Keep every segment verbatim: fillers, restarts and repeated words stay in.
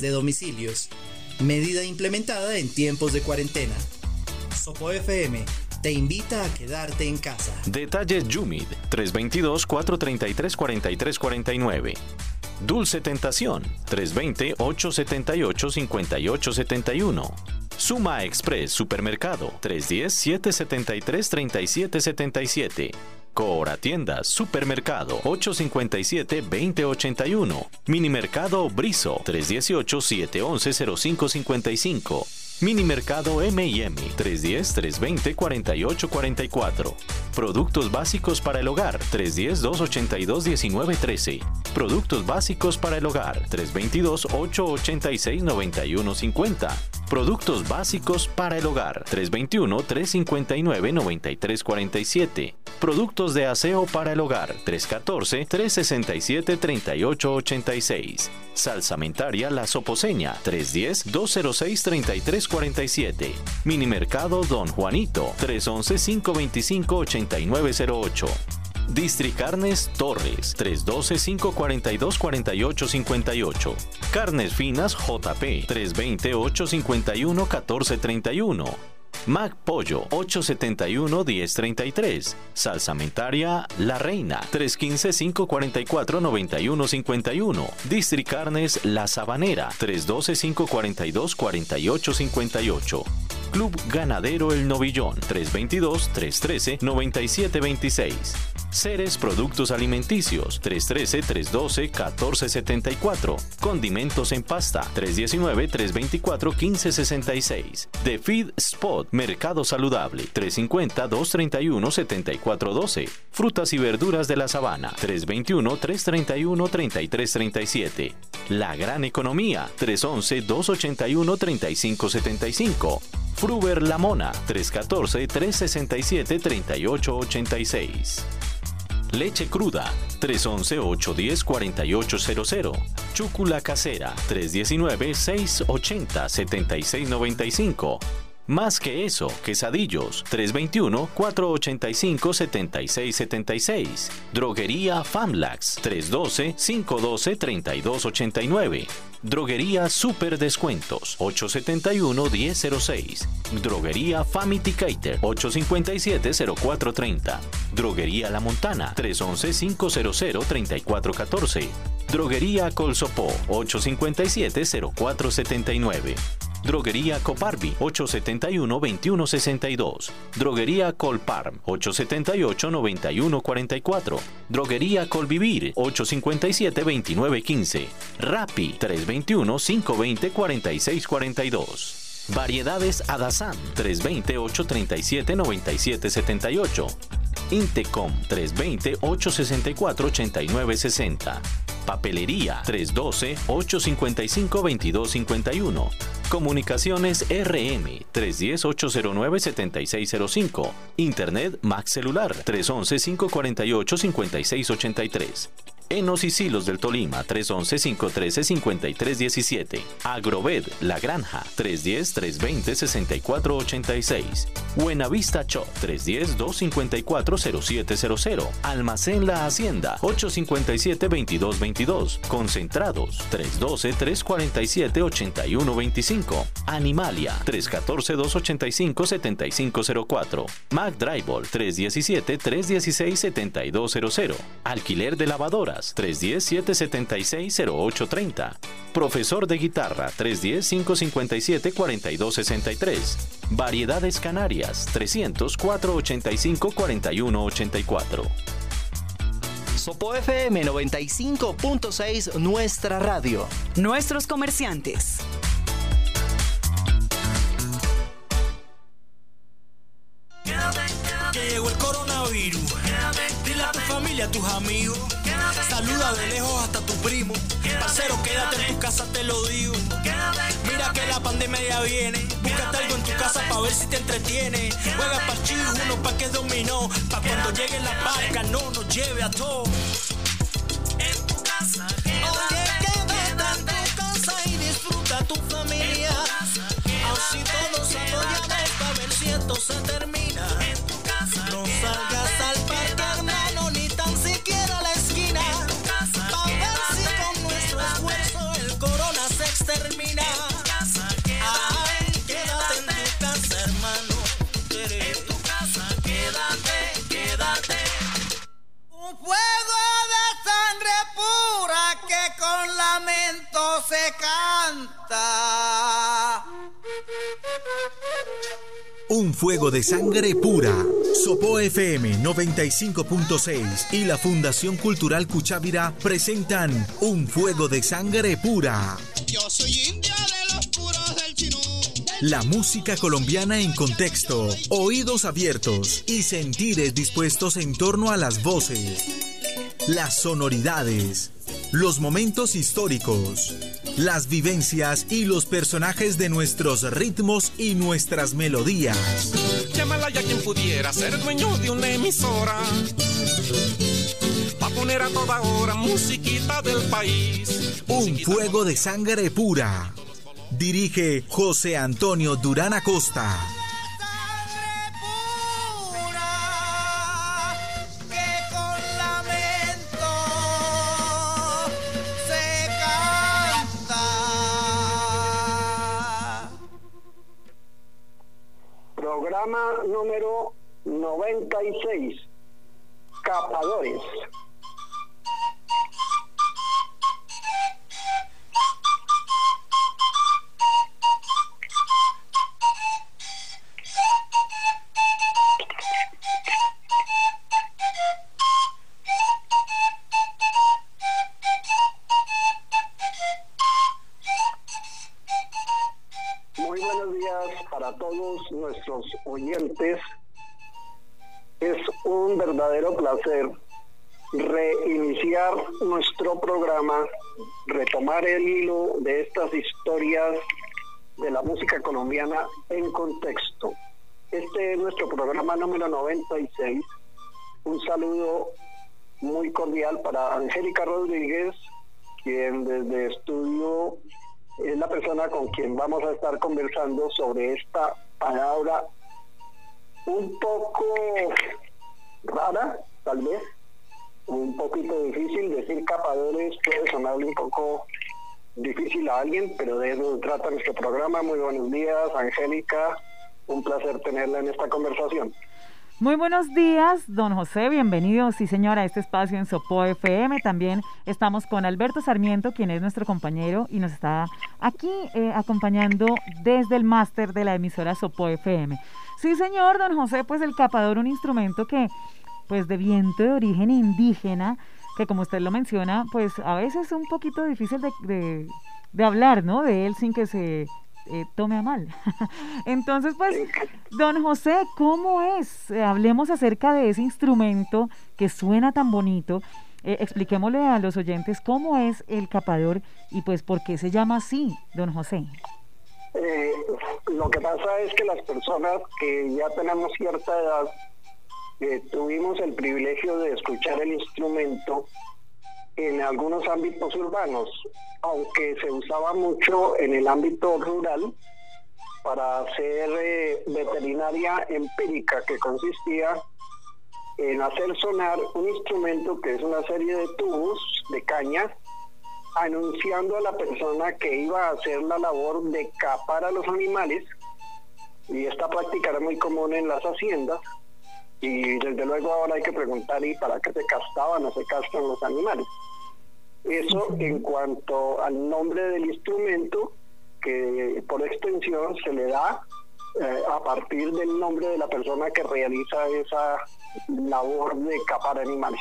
de domicilios, medida implementada en tiempos de cuarentena. Sopo F M te invita a quedarte en casa. Detalles Yumid, tres dos dos, cuatro tres tres, cuatro tres cuatro nueve. Dulce Tentación, tres dos cero, ocho siete ocho, cinco ocho siete uno. Suma Express Supermercado, tres uno cero, siete siete tres, tres siete siete siete. Cora Tiendas Supermercado, ocho cinco siete, dos cero ocho uno. Minimercado Brizo, tres uno ocho, siete uno uno, cero cinco cinco cinco. Minimercado eme y eme, tres uno cero, tres dos cero, cuatro ocho cuatro cuatro. Productos básicos para el hogar, tres uno cero, dos ocho dos, uno nueve uno tres. Productos básicos para el hogar, tres dos dos, ocho ocho seis, nueve uno cinco cero. Productos básicos para el hogar, tres dos uno, tres cinco nueve, nueve tres cuatro siete. Productos de aseo para el hogar, tres uno cuatro, tres seis siete, tres ocho ocho seis. Salsamentaria La Soposeña, tres uno cero, dos cero seis, tres tres cuatro siete. Minimercado Don Juanito, tres uno uno, cinco dos cinco, ocho nueve cero ocho. Districarnes Torres, tres uno dos, cinco cuatro dos, cuatro ocho cinco ocho. Carnes Finas J P, tres dos cero, ocho cinco uno, uno cuatro tres uno. Mac Pollo, ocho siete uno, uno cero tres tres. Salsamentaria La Reina, tres uno cinco, cinco cuatro cuatro, nueve uno cinco uno. Districarnes La Sabanera, tres uno dos, cinco cuatro dos, cuatro ocho cinco ocho. Club Ganadero El Novillón, tres dos dos, tres uno tres, nueve siete dos seis. Ceres Productos Alimenticios, tres uno tres, tres uno dos, uno cuatro siete cuatro. Condimentos en pasta, tres uno nueve, tres dos cuatro, uno cinco seis seis. The Feed Spot Mercado Saludable, tres cinco cero, dos tres uno, siete cuatro uno dos. Frutas y Verduras de la Sabana, tres dos uno, tres tres uno, tres tres tres siete. La Gran Economía, tres once, dos ochenta y uno, treinta y cinco setenta y cinco. Fruber La Mona, tres catorce, tres sesenta y siete, treinta y ocho ochenta y seis. Leche Cruda, tres once, ocho diez, cuarenta y ocho cero cero. Chúcula Casera, tres diecinueve, seis ochenta, setenta y seis noventa y cinco. Más que eso, Quesadillos, tres veintiuno, cuatro ochenta y cinco, setenta y seis setenta y seis. Droguería Famlax, tres doce, cinco doce, treinta y dos ochenta y nueve. Droguería Super Descuentos, ocho setenta y uno, diez cero seis. Droguería Famiticater, ocho cincuenta y siete, cero cuatro treinta. Droguería La Montana, tres once, cinco cero cero, treinta y cuatro catorce. Droguería Colsopó, ocho cincuenta y siete, cero cuatro setenta y nueve. Droguería Coparbi, ocho setenta y uno, veintiuno sesenta y dos. Droguería Colparm, ocho setenta y ocho, noventa y uno cuarenta y cuatro. Droguería Colvivir, ocho cincuenta y siete, veintinueve quince. Rappi, tres veintiuno, cinco veinte, cuarenta y seis cuarenta y dos. Variedades Adasam, tres veinte, ocho treinta y siete, noventa y siete setenta y ocho. Intecom, tres veinte, ocho sesenta y cuatro, ochenta y nueve sesenta. Papelería, tres doce, ocho cincuenta y cinco, veintidós cincuenta y uno. Comunicaciones R M, tres diez, ocho cero nueve, setenta y seis cero cinco. Internet Max Celular, tres once, cinco cuarenta y ocho, cincuenta y seis ochenta y tres. Enos y Silos del Tolima, tres once, cinco trece, cincuenta y tres diecisiete. Agroved La Granja, tres diez, tres veinte, sesenta y cuatro ochenta y seis. Buenavista Shop, tres diez, dos cincuenta y cuatro, cero siete cero cero. Almacén La Hacienda, ocho cincuenta y siete, veintidós veintidós. Concentrados, tres doce, tres cuarenta y siete, ochenta y uno veinticinco. Animalia, tres catorce, dos ochenta y cinco, setenta y cinco cero cuatro. McDrival, tres diecisiete, tres dieciséis, setenta y dos cero cero. Alquiler de lavadoras, tres diez, siete setenta y seis, cero ocho treinta. Profesor de guitarra, tres diez, cinco cincuenta y siete, cuarenta y dos sesenta y tres. Variedades Canarias, trescientos, cuatro ochenta y cinco, cuarenta y uno ochenta y cuatro. Sopo F M noventa y cinco punto seis, nuestra radio. Nuestros comerciantes. Que llegó el coronavirus. Dile a tu familia, a tus amigos. Saluda de lejos hasta tu primo. Parcero, quédate en tu casa, te lo digo. Mira que la pandemia ya viene. Búscate algo en tu casa pa' ver si te entretiene. Juega parchís, uno pa' que dominó. Pa' cuando llegue la barca no nos lleve a todos. En tu casa. Oye, quédate en tu casa y disfruta tu familia. Así todos apoyamos pa' ver si esto se termina. No salgas al parque, hermano, ni tan siquiera a la esquina. Pa' ver si con nuestro esfuerzo el corona se extermina. canta. Un fuego de sangre pura. Sopó F M noventa y cinco punto seis y la Fundación Cultural Cuchávira presentan Un fuego de sangre pura. Yo soy india de los puros del Chinú. La música colombiana en contexto, oídos abiertos y sentires dispuestos en torno a las voces, las sonoridades, los momentos históricos, las vivencias y los personajes de nuestros ritmos y nuestras melodías. Llámala ya quien pudiera ser dueño de una emisora, pa' poner a toda hora musiquita del país. Un fuego de sangre pura. Dirige José Antonio Durán Acosta. Programa número noventa y seis, Capadores. Muy buenos días para todos nuestros oyentes. Es un verdadero placer reiniciar nuestro programa, retomar el hilo de estas historias de la música colombiana en contexto. Este es nuestro programa número noventa y seis. Un saludo muy cordial para Angélica Rodríguez, quien desde estudio es la persona con quien vamos a estar conversando sobre esta palabra un poco rara, tal vez, un poquito difícil. Decir capadores puede sonarle un poco difícil a alguien, pero de eso trata nuestro programa. Muy buenos días, Angélica, un placer tenerla en esta conversación. Muy buenos días, don José, bienvenido, sí señora, a este espacio en Sopó F M. También estamos con Alberto Sarmiento, quien es nuestro compañero y nos está aquí eh, acompañando desde el máster de la emisora Sopó F M. Sí señor, don José, pues el capador, un instrumento que, pues de viento de origen indígena, que como usted lo menciona, pues a veces es un poquito difícil de, de, de hablar, ¿no? De él sin que se... Eh, tome a mal. Entonces, pues, don José, ¿cómo es? Eh, hablemos acerca de ese instrumento que suena tan bonito. Eh, expliquémosle a los oyentes cómo es el capador y pues por qué se llama así, don José. Eh, lo que pasa es que las personas que ya tenemos cierta edad, eh, tuvimos el privilegio de escuchar el instrumento en algunos ámbitos urbanos, aunque se usaba mucho en el ámbito rural para hacer eh, veterinaria empírica, que consistía en hacer sonar un instrumento que es una serie de tubos de caña, anunciando a la persona que iba a hacer la labor de capar a los animales, y esta práctica era muy común en las haciendas, y desde luego ahora hay que preguntar ¿y para qué se castraban o se castran los animales? Eso en cuanto al nombre del instrumento, que por extensión se le da eh, a partir del nombre de la persona que realiza esa labor de capar animales.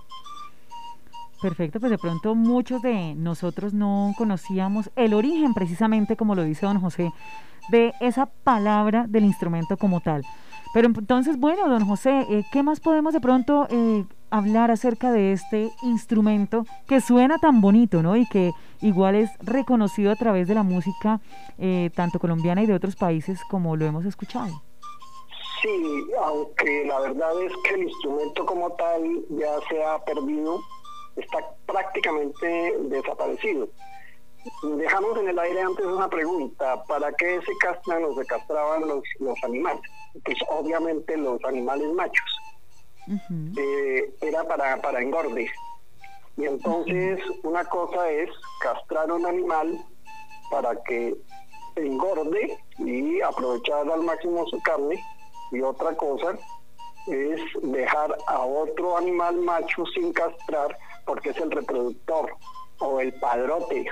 Perfecto, pues de pronto muchos de nosotros no conocíamos el origen, precisamente como lo dice don José, de esa palabra del instrumento como tal. Pero entonces, bueno, don José, eh, ¿qué más podemos de pronto eh, hablar acerca de este instrumento que suena tan bonito, ¿no? Y que igual es reconocido a través de la música eh, tanto colombiana y de otros países como lo hemos escuchado. Sí, aunque la verdad es que el instrumento como tal ya se ha perdido, está prácticamente desaparecido. Dejamos en el aire antes una pregunta: ¿para qué se castran o se castraban los, los animales? Pues obviamente los animales machos. Uh-huh. eh, era para, para engorde. Y entonces uh-huh. una cosa es castrar un animal para que engorde y aprovechar al máximo su carne, y otra cosa es dejar a otro animal macho sin castrar porque es el reproductor o el padrote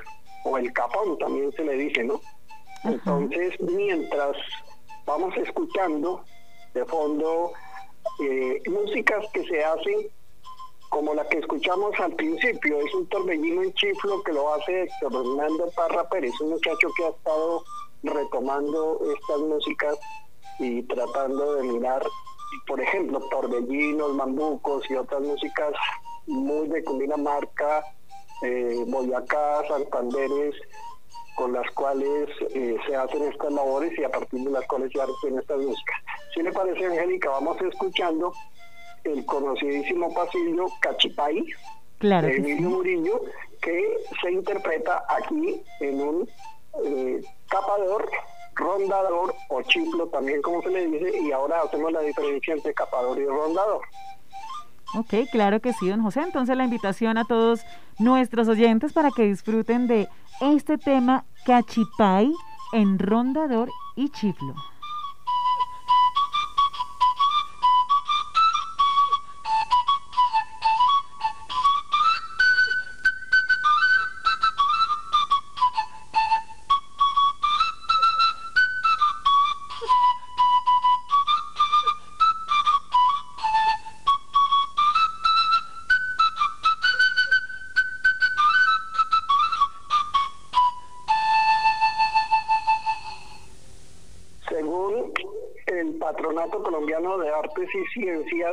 o el capón también se le dice, ¿no? Ajá. Entonces, mientras vamos escuchando de fondo eh, músicas que se hacen como la que escuchamos al principio, es un torbellino en chiflo que lo hace Héctor Hernando Parra Pérez, un muchacho que ha estado retomando estas músicas y tratando de mirar, por ejemplo, torbellinos, bambucos y otras músicas muy de Cundinamarca, eh, Boyacá, Santanderes, con las cuales eh, se hacen estas labores y a partir de las cuales se hacen estas músicas. Si le parece, Angélica, vamos escuchando el conocidísimo pasillo Cachipay, claro, de Emilio sí. Murillo, que se interpreta aquí en un eh, capador, rondador o chiflo también como se le dice, y ahora hacemos la diferencia entre capador y rondador. Ok, claro que sí, don José. Entonces la invitación a todos nuestros oyentes para que disfruten de este tema Cachipay en rondador y chiflo. Patronato Colombiano de Artes y Ciencias,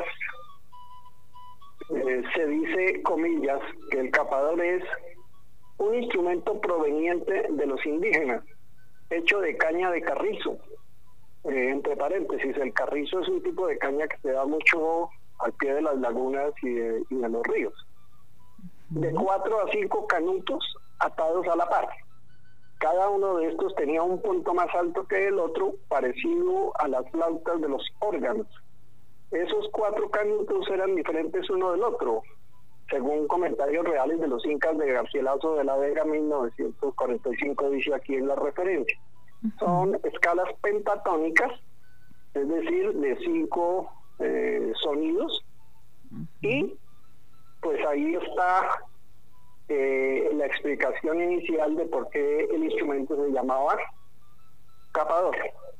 eh, se dice, comillas, que el capador es un instrumento proveniente de los indígenas, hecho de caña de carrizo. Eh, entre paréntesis, el carrizo es un tipo de caña que se da mucho al pie de las lagunas y de, y de los ríos. De cuatro a cinco canutos atados a la par. Cada uno de estos tenía un punto más alto que el otro, parecido a las flautas de los órganos. Esos cuatro canutos eran diferentes uno del otro, según comentarios reales de los incas de Garcilaso de la Vega, mil novecientos cuarenta y cinco, dice aquí en la referencia. Son escalas pentatónicas, es decir, de cinco eh, sonidos, y pues ahí está Eh, la explicación inicial de por qué el instrumento se llamaba capador.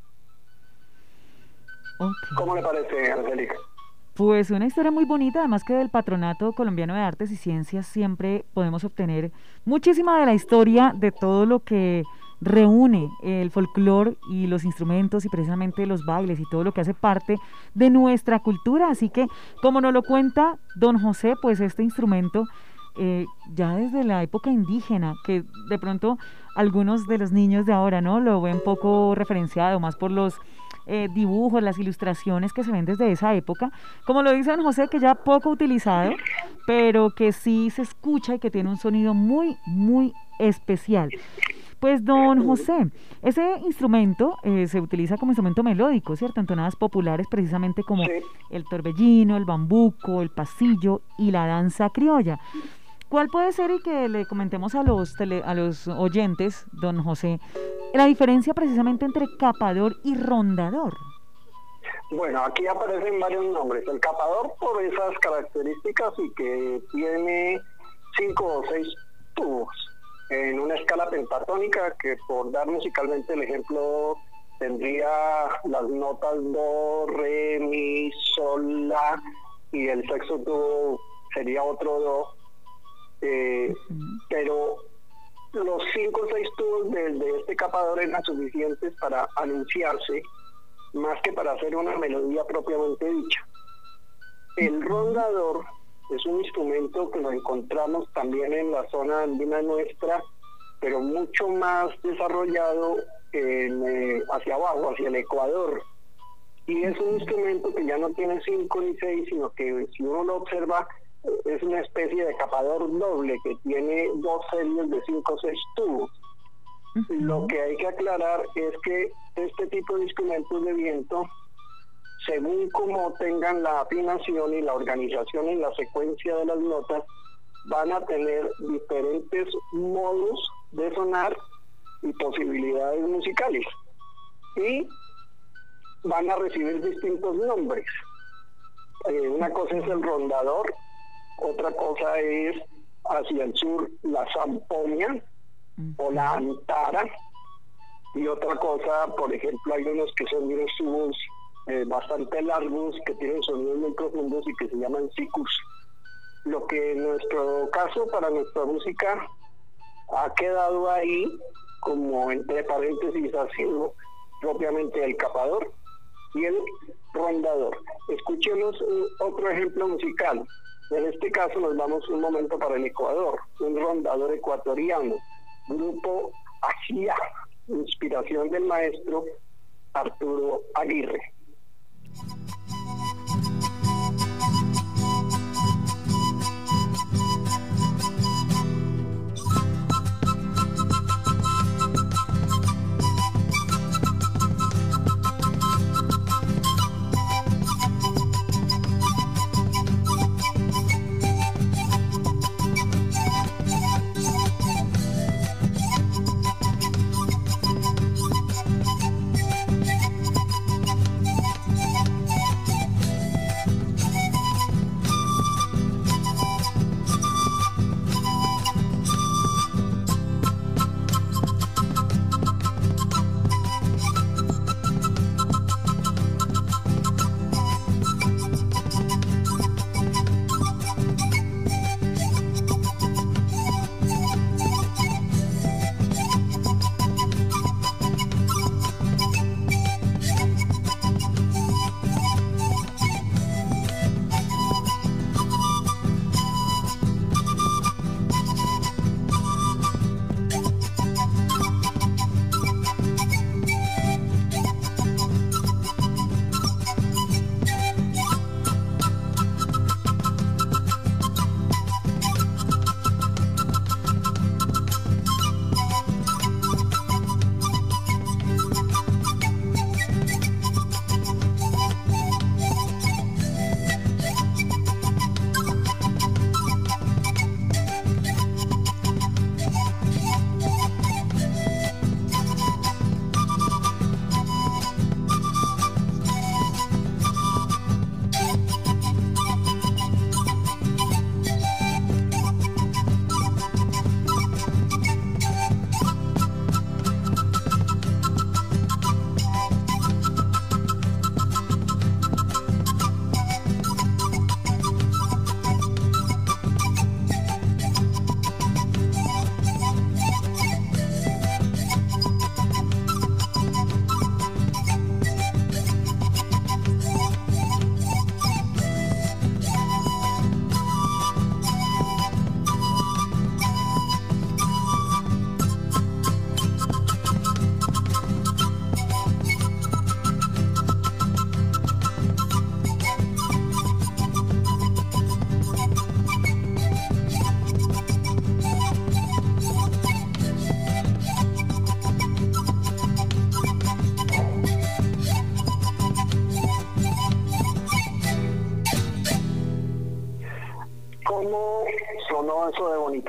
Okay. ¿Cómo le parece, Angélica? Pues una historia muy bonita, además que del Patronato Colombiano de Artes y Ciencias siempre podemos obtener muchísima de la historia de todo lo que reúne el folclore y los instrumentos y precisamente los bailes y todo lo que hace parte de nuestra cultura. Así que, como nos lo cuenta don José, pues este instrumento Eh, ya desde la época indígena, que de pronto algunos de los niños de ahora no lo ven poco referenciado, más por los eh, dibujos, las ilustraciones que se ven desde esa época, como lo dice don José, que ya poco utilizado, pero que sí se escucha y que tiene un sonido muy, muy especial. Pues don José, ese instrumento eh, se utiliza como instrumento melódico, ¿cierto? En tonadas populares precisamente como sí. el torbellino, el bambuco, el pasillo y la danza criolla. ¿Cuál puede ser, y que le comentemos a los, tele, a los oyentes, don José, la diferencia precisamente entre capador y rondador? Bueno, aquí aparecen varios nombres. El capador por esas características y que tiene cinco o seis tubos en una escala pentatónica que, por dar musicalmente el ejemplo, tendría las notas do, re, mi, sol, la, y el sexto tubo sería otro do. Eh, uh-huh. Pero los cinco o seis tubos de, de este capador eran suficientes para anunciarse, más que para hacer una melodía propiamente dicha. El rondador es un instrumento que lo encontramos también en la zona andina nuestra, pero mucho más desarrollado en, eh, hacia abajo, hacia el Ecuador. Y es un instrumento que ya no tiene cinco ni seis, sino que, si uno lo observa, es una especie de capador doble que tiene dos series de cinco o seis tubos. Uh-huh. Lo que hay que aclarar es que este tipo de instrumentos de viento, según como tengan la afinación y la organización en la secuencia de las notas, van a tener diferentes modos de sonar y posibilidades musicales, y van a recibir distintos nombres. Eh, una cosa es el rondador, otra cosa es hacia el sur la zampoña, uh-huh. o la antara. Y otra cosa, por ejemplo, hay unos que son unos tubos eh, bastante largos, que tienen sonidos muy profundos y que se llaman sikus. Lo que en nuestro caso, para nuestra música, ha quedado ahí, como entre paréntesis, ha sido propiamente el capador y el rondador. Escuchemos otro ejemplo musical. En este caso nos vamos un momento para el Ecuador, un rondador ecuatoriano, grupo Agia, inspiración del maestro Arturo Aguirre. Eso de bonito.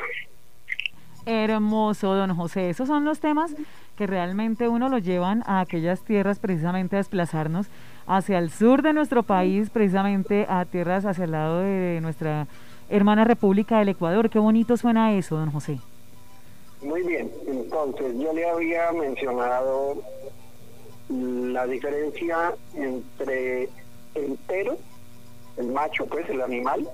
Hermoso, don José. Esos son los temas que realmente uno los llevan a aquellas tierras, precisamente a desplazarnos hacia el sur de nuestro país, precisamente a tierras hacia el lado de nuestra hermana República del Ecuador. Qué bonito suena eso, don José. Muy bien, entonces yo le había mencionado la diferencia entre entero, el macho, pues el animal,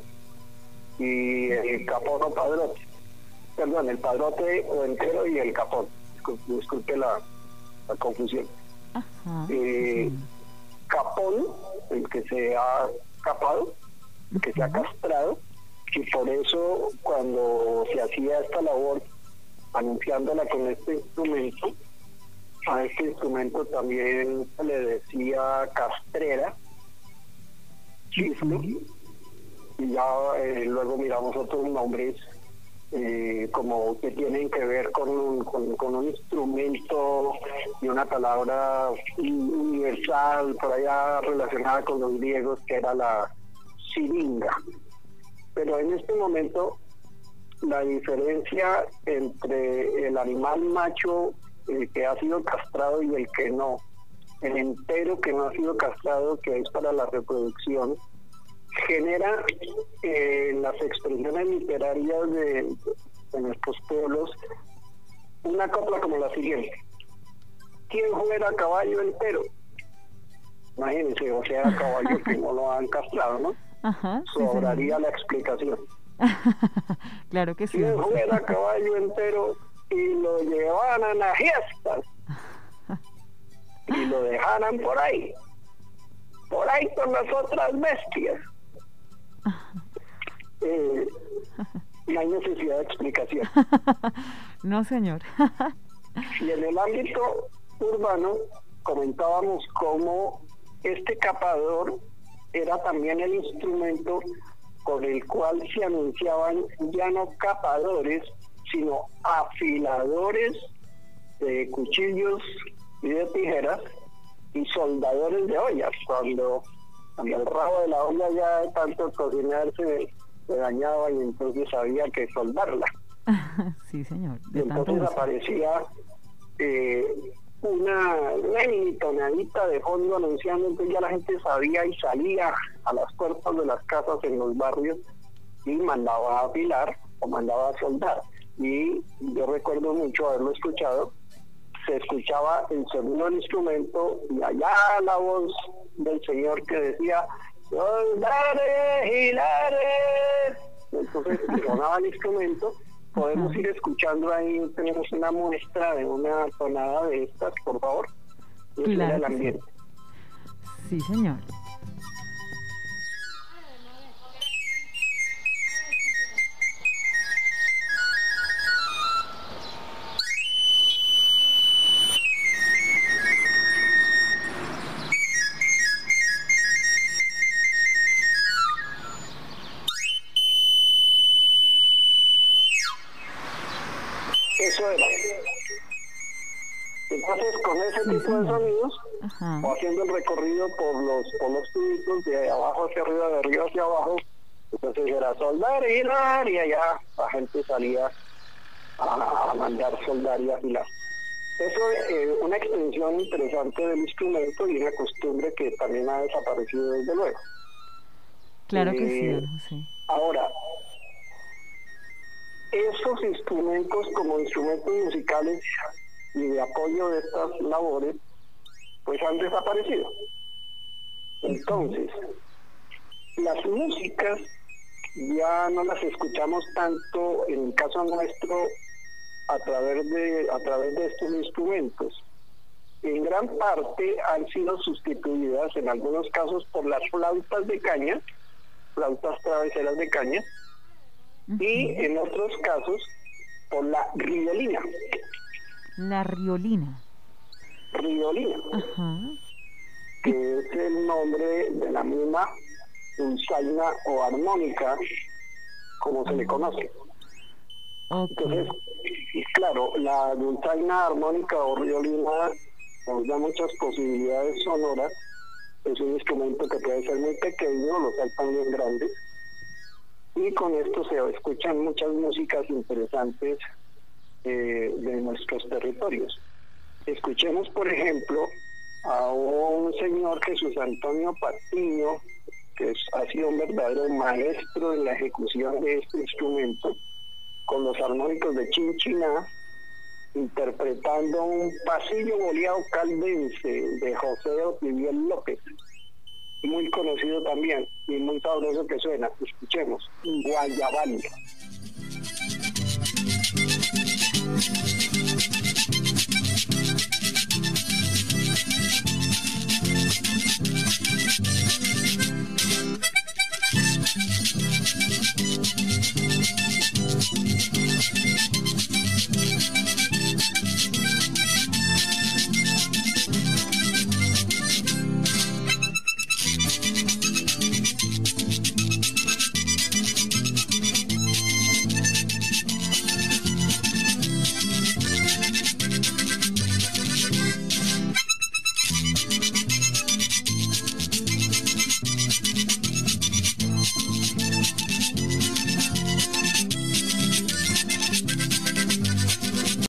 y el capón o padrote. Perdón, el padrote o entero y el capón. Disculpe, disculpe la, la confusión. Ajá, eh, sí. Capón, el que se ha capado, el que se ha castrado, y por eso cuando se hacía esta labor, anunciándola con este instrumento, a este instrumento también se le decía castrera, chislo, y ya eh, luego miramos otros nombres eh, como que tienen que ver con un, con, con un instrumento y una palabra universal por allá relacionada con los griegos, que era la siringa. Pero en este momento la diferencia entre el animal macho, el que ha sido castrado, y el que no, el entero que no ha sido castrado, que es para la reproducción, genera eh, las expresiones literarias de, de nuestros pueblos una copla como la siguiente: ¿quién fuera caballo entero? Imagínense, o sea, caballo que no lo han castrado, ¿no? Ajá, sí, sobraría la explicación. Claro que sí. ¿Quién fuera caballo entero y lo llevaran a fiestas y lo dejaran por ahí, por ahí con las otras bestias? Eh, no hay necesidad de explicación. No, señor. Y en el ámbito urbano comentábamos cómo este capador era también el instrumento con el cual se anunciaban ya no capadores, sino afiladores de cuchillos y de tijeras y soldadores de ollas, cuando, cuando el rabo de la olla ya de tanto cocinar se, se dañaba y entonces había que soldarla. Sí, señor. Y entonces aparecía eh, una, una mini tonadita de fondo anunciando, entonces ya la gente sabía y salía a las puertas de las casas en los barrios y mandaba a afilar o mandaba a soldar. Y yo recuerdo mucho haberlo escuchado, se escuchaba el sonido del instrumento y allá la voz del señor que decía ¡soldare, hilare! Entonces sonaba el instrumento. Podemos ir escuchando ahí, tenemos una muestra de una tonada de estas, por favor. Claro el que ambiente. Sí. Sí, señor. Eso era. Entonces, con ese Sí, tipo señor. de sonidos, Ajá. o haciendo el recorrido por los por los tubitos de abajo hacia arriba, de arriba hacia abajo, entonces era soldar y hilar, y allá la gente salía a, a mandar soldar y afilar. Eso es eh, una extensión interesante del instrumento y una costumbre que también ha desaparecido desde luego. Claro que sí, Eh, don José. Ahora, esos instrumentos como instrumentos musicales y de apoyo de estas labores, pues han desaparecido. Entonces, las músicas ya no las escuchamos tanto, en el caso nuestro, a través de, a través de estos instrumentos. En gran parte han sido sustituidas, en algunos casos, por las flautas de caña, flautas traveseras de caña, y en otros casos por la riolina. La riolina. Riolina, Ajá. que es el nombre de la misma dulzaina o armónica, como se le conoce. Ok. Entonces, y claro, la dulzaina armónica o riolina nos da muchas posibilidades sonoras. Es un instrumento que puede ser muy pequeño, los hay también grandes, y con esto se escuchan muchas músicas interesantes eh, de nuestros territorios. Escuchemos, por ejemplo, a un señor, Jesús Antonio Patiño, que es, ha sido un verdadero maestro en la ejecución de este instrumento, con los armónicos de Chinchiná, interpretando un pasillo boleado caldense de José Otiviel López, muy conocido también y muy sabroso que suena. Escuchemos, Guayabal.